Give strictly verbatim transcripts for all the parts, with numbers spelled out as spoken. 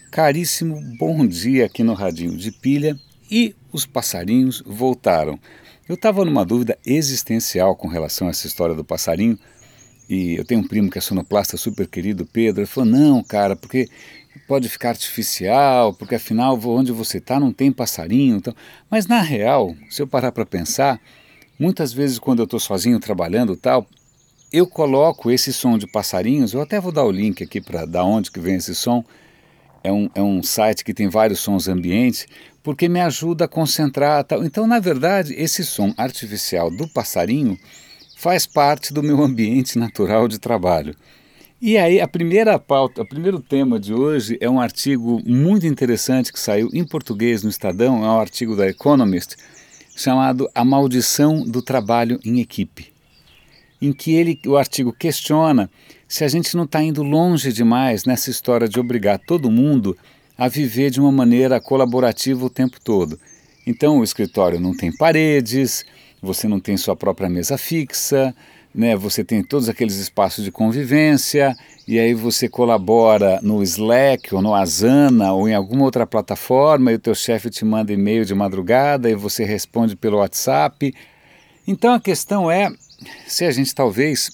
Caríssimo, bom dia aqui no Radinho de Pilha e os passarinhos voltaram. Eu estava numa dúvida existencial com relação a essa história do passarinho e eu tenho um primo que é sonoplasta super querido, Pedro, ele falou, não cara, porque pode ficar artificial, porque afinal onde você está não tem passarinho. Então... Mas na real, se eu parar para pensar, muitas vezes quando eu estou sozinho trabalhando e tal, eu coloco esse som de passarinhos, eu até vou dar o link aqui para da onde que vem esse som. É um, é um site que tem vários sons ambientes, porque me ajuda a concentrar. Tal. Então, na verdade, esse som artificial do passarinho faz parte do meu ambiente natural de trabalho. E aí, a primeira pauta, o primeiro tema de hoje é um artigo muito interessante que saiu em português no Estadão, é um artigo da Economist, chamado A Maldição do Trabalho em Equipe, em que ele, o artigo questiona se a gente não está indo longe demais nessa história de obrigar todo mundo a viver de uma maneira colaborativa o tempo todo. Então o escritório não tem paredes, você não tem sua própria mesa fixa, né? Você tem todos aqueles espaços de convivência, e aí você colabora no Slack ou no Asana ou em alguma outra plataforma, e o teu chefe te manda e-mail de madrugada e você responde pelo WhatsApp. Então a questão é se a gente talvez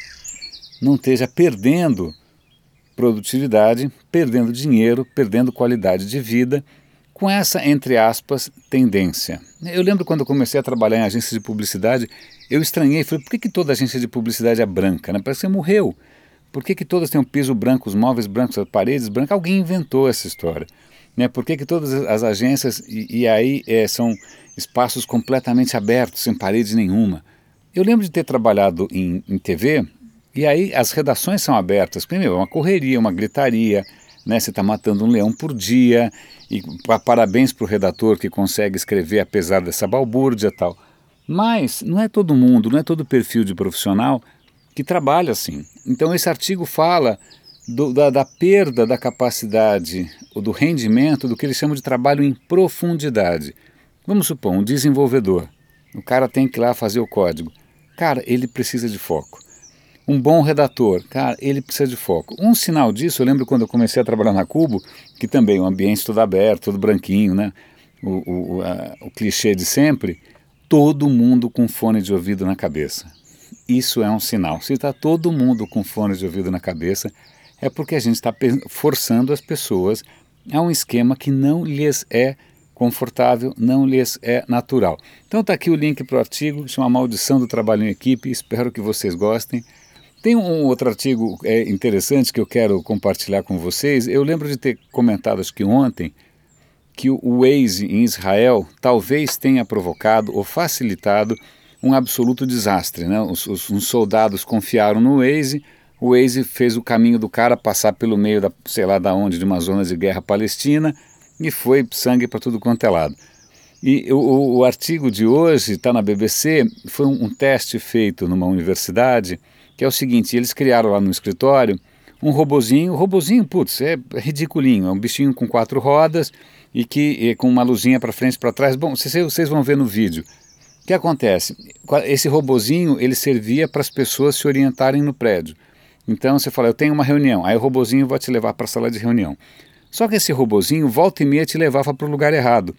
não esteja perdendo produtividade, perdendo dinheiro, perdendo qualidade de vida, com essa, entre aspas, tendência. Eu lembro quando eu comecei a trabalhar em agência de publicidade, eu estranhei, falei, por que, que toda agência de publicidade é branca? Né? Parece que você morreu. Por que, que todas têm um piso branco, os móveis brancos, as paredes brancas? Alguém inventou essa história. Né? Por que, que todas as agências, e, e aí é, são espaços completamente abertos, sem parede nenhuma? Eu lembro de ter trabalhado em, em T V, e aí as redações são abertas, primeiro, é uma correria, uma gritaria, né? Você está matando um leão por dia, e parabéns para o redator que consegue escrever apesar dessa balbúrdia e tal. Mas não é todo mundo, não é todo perfil de profissional que trabalha assim. Então esse artigo fala do, da, da perda da capacidade, ou do rendimento, do que eles chamam de trabalho em profundidade. Vamos supor, um desenvolvedor, o cara tem que ir lá fazer o código. Cara, ele precisa de foco. Um bom redator, cara, ele precisa de foco. Um sinal disso, eu lembro quando eu comecei a trabalhar na Cubo, que também o ambiente todo aberto, todo branquinho, né? O, o, a, o clichê de sempre, todo mundo com fone de ouvido na cabeça. Isso é um sinal. Se está todo mundo com fone de ouvido na cabeça, é porque a gente está forçando as pessoas a um esquema que não lhes é confortável, não lhes é natural. Então está aqui o link para o artigo, chama Maldição do Trabalho em Equipe, espero que vocês gostem. Tem um outro artigo é, interessante que eu quero compartilhar com vocês. Eu lembro de ter comentado, acho que ontem, que o Waze em Israel talvez tenha provocado ou facilitado um absoluto desastre. Né? Os, os, os soldados confiaram no Waze, o Waze fez o caminho do cara passar pelo meio da, sei lá da onde, de uma zona de guerra palestina, e foi sangue para tudo quanto é lado. E o, o artigo de hoje, está na B B C, foi um, um teste feito numa universidade, que é o seguinte, eles criaram lá no escritório um robozinho, o robozinho, putz, é ridiculinho, é um bichinho com quatro rodas e que e com uma luzinha para frente e para trás. Bom, vocês, vocês vão ver no vídeo. O que acontece? Esse robozinho, ele servia para as pessoas se orientarem no prédio. Então você fala, eu tenho uma reunião, aí o robozinho vai te levar para a sala de reunião. Só que esse robozinho, volta e meia, te levava para o lugar errado.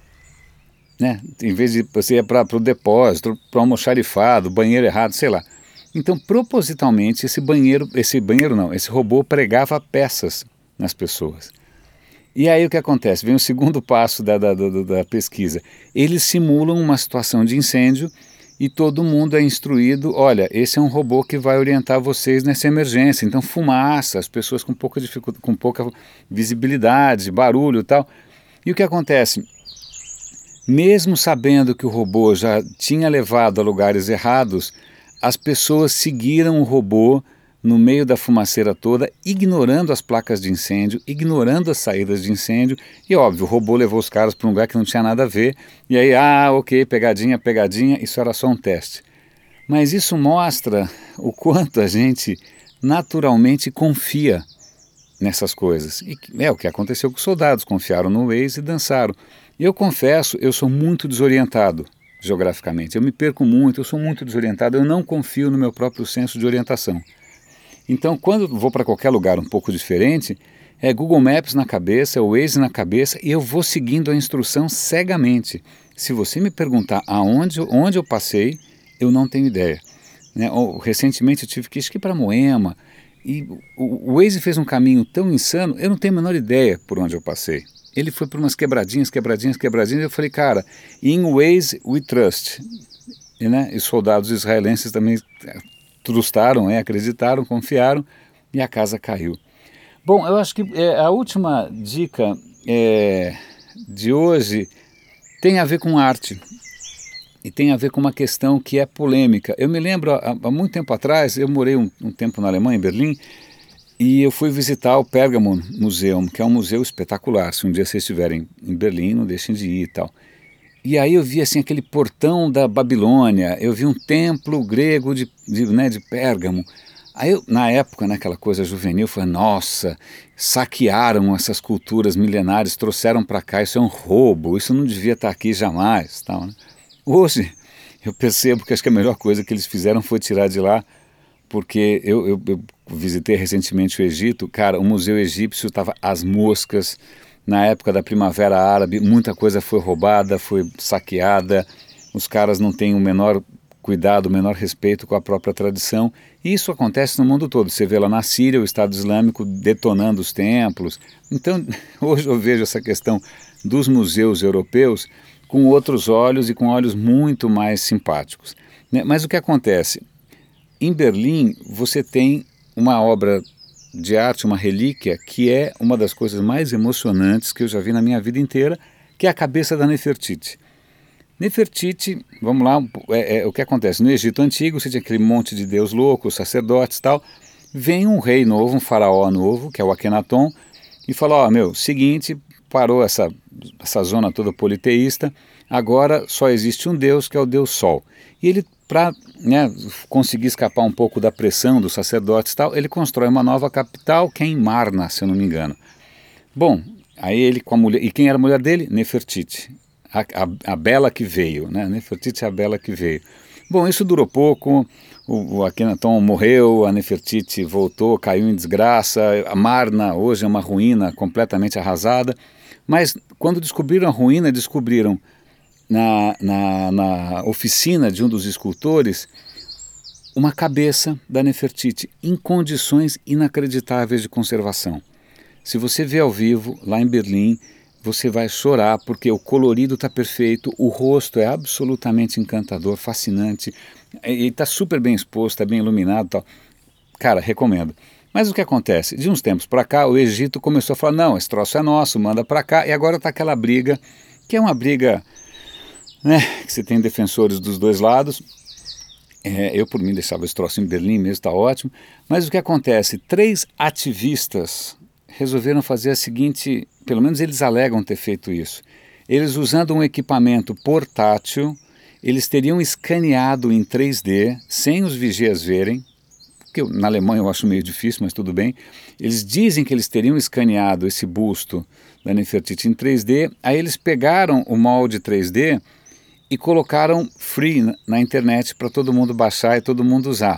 Né? Em vez de você ir para o depósito, para o almoxarifado, banheiro errado, sei lá. Então, propositalmente, esse banheiro, esse banheiro não, esse robô pregava peças nas pessoas. E aí o que acontece? Vem o segundo passo da, da, da, da pesquisa. Eles simulam uma situação de incêndio e todo mundo é instruído, olha, esse é um robô que vai orientar vocês nessa emergência. Então, fumaça, as pessoas com pouca dificuldade, com pouca visibilidade, barulho e tal. E o que acontece? Mesmo sabendo que o robô já tinha levado a lugares errados, as pessoas seguiram o robô no meio da fumaceira toda, ignorando as placas de incêndio, ignorando as saídas de incêndio, e óbvio, o robô levou os caras para um lugar que não tinha nada a ver, e aí, ah, ok, pegadinha, pegadinha, isso era só um teste. Mas isso mostra o quanto a gente naturalmente confia nessas coisas. E é o que aconteceu com os soldados, confiaram no Waze e dançaram. Eu confesso, eu sou muito desorientado geograficamente, eu me perco muito, eu sou muito desorientado, eu não confio no meu próprio senso de orientação. Então, quando vou para qualquer lugar um pouco diferente, é Google Maps na cabeça, é o Waze na cabeça, e eu vou seguindo a instrução cegamente. Se você me perguntar aonde onde eu passei, eu não tenho ideia. Né? Ou, recentemente eu tive que ir para Moema, e o, o Waze fez um caminho tão insano, eu não tenho a menor ideia por onde eu passei. Ele foi por umas quebradinhas, quebradinhas, quebradinhas, e eu falei, cara, in Waze we trust. E, né, os soldados israelenses também trustaram, é, acreditaram, confiaram, e a casa caiu. Bom, eu acho que é, a última dica é, de hoje tem a ver com arte e tem a ver com uma questão que é polêmica. Eu me lembro, há, há muito tempo atrás, eu morei um, um tempo na Alemanha, em Berlim, e eu fui visitar o Pergamon Museum, que é um museu espetacular. Se um dia vocês estiverem em Berlim, não deixem de ir e tal. E aí eu vi assim aquele portão da Babilônia, eu vi um templo grego de, de, né, de Pérgamo. Aí eu, na época, naquela coisa juvenil, eu falei, nossa, saquearam essas culturas milenares, trouxeram para cá, isso é um roubo, isso não devia estar aqui jamais. Tal, né? Hoje eu percebo que acho que a melhor coisa que eles fizeram foi tirar de lá, porque eu, eu, eu visitei recentemente o Egito, cara, o Museu Egípcio estava às moscas. Na época da Primavera Árabe, muita coisa foi roubada, foi saqueada, os caras não têm o menor cuidado, o menor respeito com a própria tradição, e isso acontece no mundo todo. Você vê lá na Síria o Estado Islâmico detonando os templos. Então, hoje eu vejo essa questão dos museus europeus com outros olhos e com olhos muito mais simpáticos. Né? Mas o que acontece? Em Berlim, você tem uma obra de arte, uma relíquia, que é uma das coisas mais emocionantes que eu já vi na minha vida inteira, que é a cabeça da Nefertiti. Nefertiti, vamos lá, é, é, o que acontece? No Egito Antigo, você tinha aquele monte de deus louco, sacerdotes e tal, vem um rei novo, um faraó novo, que é o Akenaton, e fala, ó, meu, seguinte, parou essa, essa zona toda politeísta, agora só existe um deus, que é o Deus Sol. E ele, para né, conseguir escapar um pouco da pressão dos sacerdotes e tal, ele constrói uma nova capital, que é em Marna, se eu não me engano. Bom, aí ele com a mulher, e quem era a mulher dele? Nefertiti, a, a, a bela que veio, né? Nefertiti é a bela que veio. Bom, isso durou pouco, o, o Akenaton morreu, a Nefertiti voltou, caiu em desgraça, a Marna hoje é uma ruína completamente arrasada, mas quando descobriram a ruína, descobriram Na, na, na oficina de um dos escultores, uma cabeça da Nefertiti em condições inacreditáveis de conservação. Se você vê ao vivo, lá em Berlim, você vai chorar porque o colorido está perfeito, o rosto é absolutamente encantador, fascinante, e está super bem exposto, está bem iluminado e tal. Cara, recomendo. Mas o que acontece? De uns tempos para cá, o Egito começou a falar, não, esse troço é nosso, manda para cá, e agora está aquela briga, que é uma briga... Né, que você tem defensores dos dois lados. É, eu por mim deixava esse troço em Berlim mesmo, está ótimo, mas o que acontece? Três ativistas resolveram fazer a seguinte, pelo menos eles alegam ter feito isso, eles usando um equipamento portátil, eles teriam escaneado em três D, sem os vigias verem, que eu, na Alemanha eu acho meio difícil, mas tudo bem, eles dizem que eles teriam escaneado esse busto da Nefertiti em três D, aí eles pegaram o molde três D e colocaram free na, na internet para todo mundo baixar e todo mundo usar.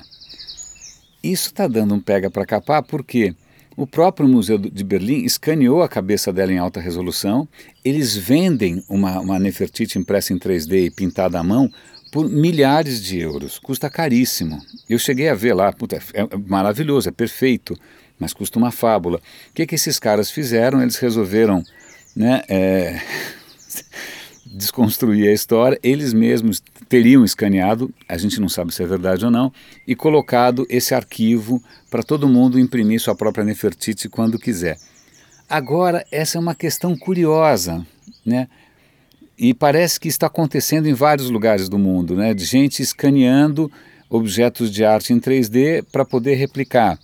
Isso está dando um pega para capar porque o próprio Museu de Berlim escaneou a cabeça dela em alta resolução, eles vendem uma, uma Nefertiti impressa em três D e pintada à mão por milhares de euros, custa caríssimo. Eu cheguei a ver lá, puta, é maravilhoso, é perfeito, mas custa uma fábula. O que, que esses caras fizeram? Eles resolveram, né, é... desconstruir a história, eles mesmos teriam escaneado, a gente não sabe se é verdade ou não, e colocado esse arquivo para todo mundo imprimir sua própria Nefertiti quando quiser. Agora, essa é uma questão curiosa, né? E parece que está acontecendo em vários lugares do mundo, né? De gente escaneando objetos de arte em três D para poder replicar.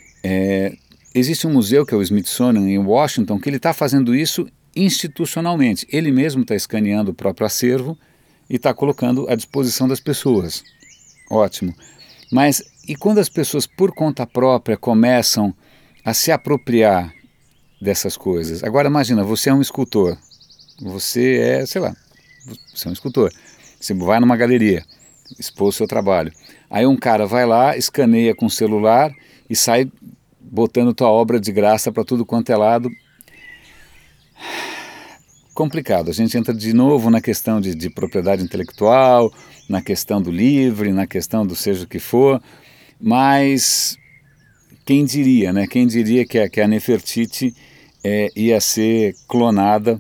É, existe um museu, que é o Smithsonian, em Washington, que ele está fazendo isso institucionalmente. Ele mesmo está escaneando o próprio acervo e está colocando à disposição das pessoas. Ótimo. Mas e quando as pessoas por conta própria começam a se apropriar dessas coisas? Agora imagina, você é um escultor, você é, sei lá, você é um escultor, você vai numa galeria expor o seu trabalho, aí um cara vai lá, escaneia com o celular e sai botando tua obra de graça para tudo quanto é lado. Complicado, a gente entra de novo na questão de, de propriedade intelectual, na questão do livre, na questão do seja o que for, mas quem diria, né? Quem diria que a, que a Nefertiti é, ia ser clonada,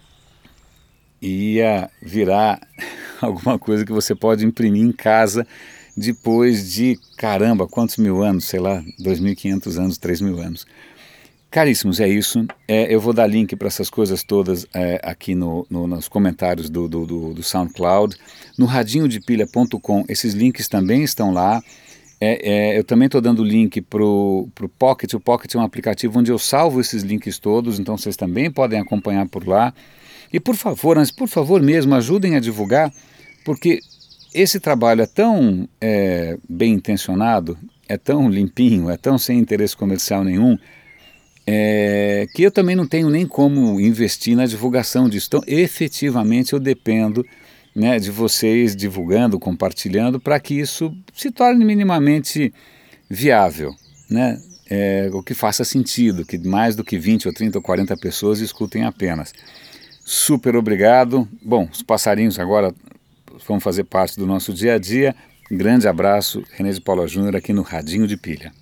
ia virar alguma coisa que você pode imprimir em casa depois de, caramba, quantos mil anos, sei lá, dois mil e quinhentos anos, três mil anos. Caríssimos, é isso. É, eu vou dar link para essas coisas todas é, aqui no, no, nos comentários do, do, do, do SoundCloud. No radinho de pilha ponto com, esses links também estão lá. É, é, eu também estou dando link para o Pocket. O Pocket é um aplicativo onde eu salvo esses links todos, então vocês também podem acompanhar por lá. E por favor, mas por favor mesmo, ajudem a divulgar, porque esse trabalho é tão é, bem intencionado, é tão limpinho, é tão sem interesse comercial nenhum, É, que eu também não tenho nem como investir na divulgação disso. Então, efetivamente, eu dependo, né, de vocês divulgando, compartilhando, para que isso se torne minimamente viável, né, é, o que faça sentido, que mais do que vinte ou trinta ou quarenta pessoas escutem apenas. Super obrigado. Bom, os passarinhos agora vão fazer parte do nosso dia a dia. Grande abraço, René de Paula Júnior aqui no Radinho de Pilha.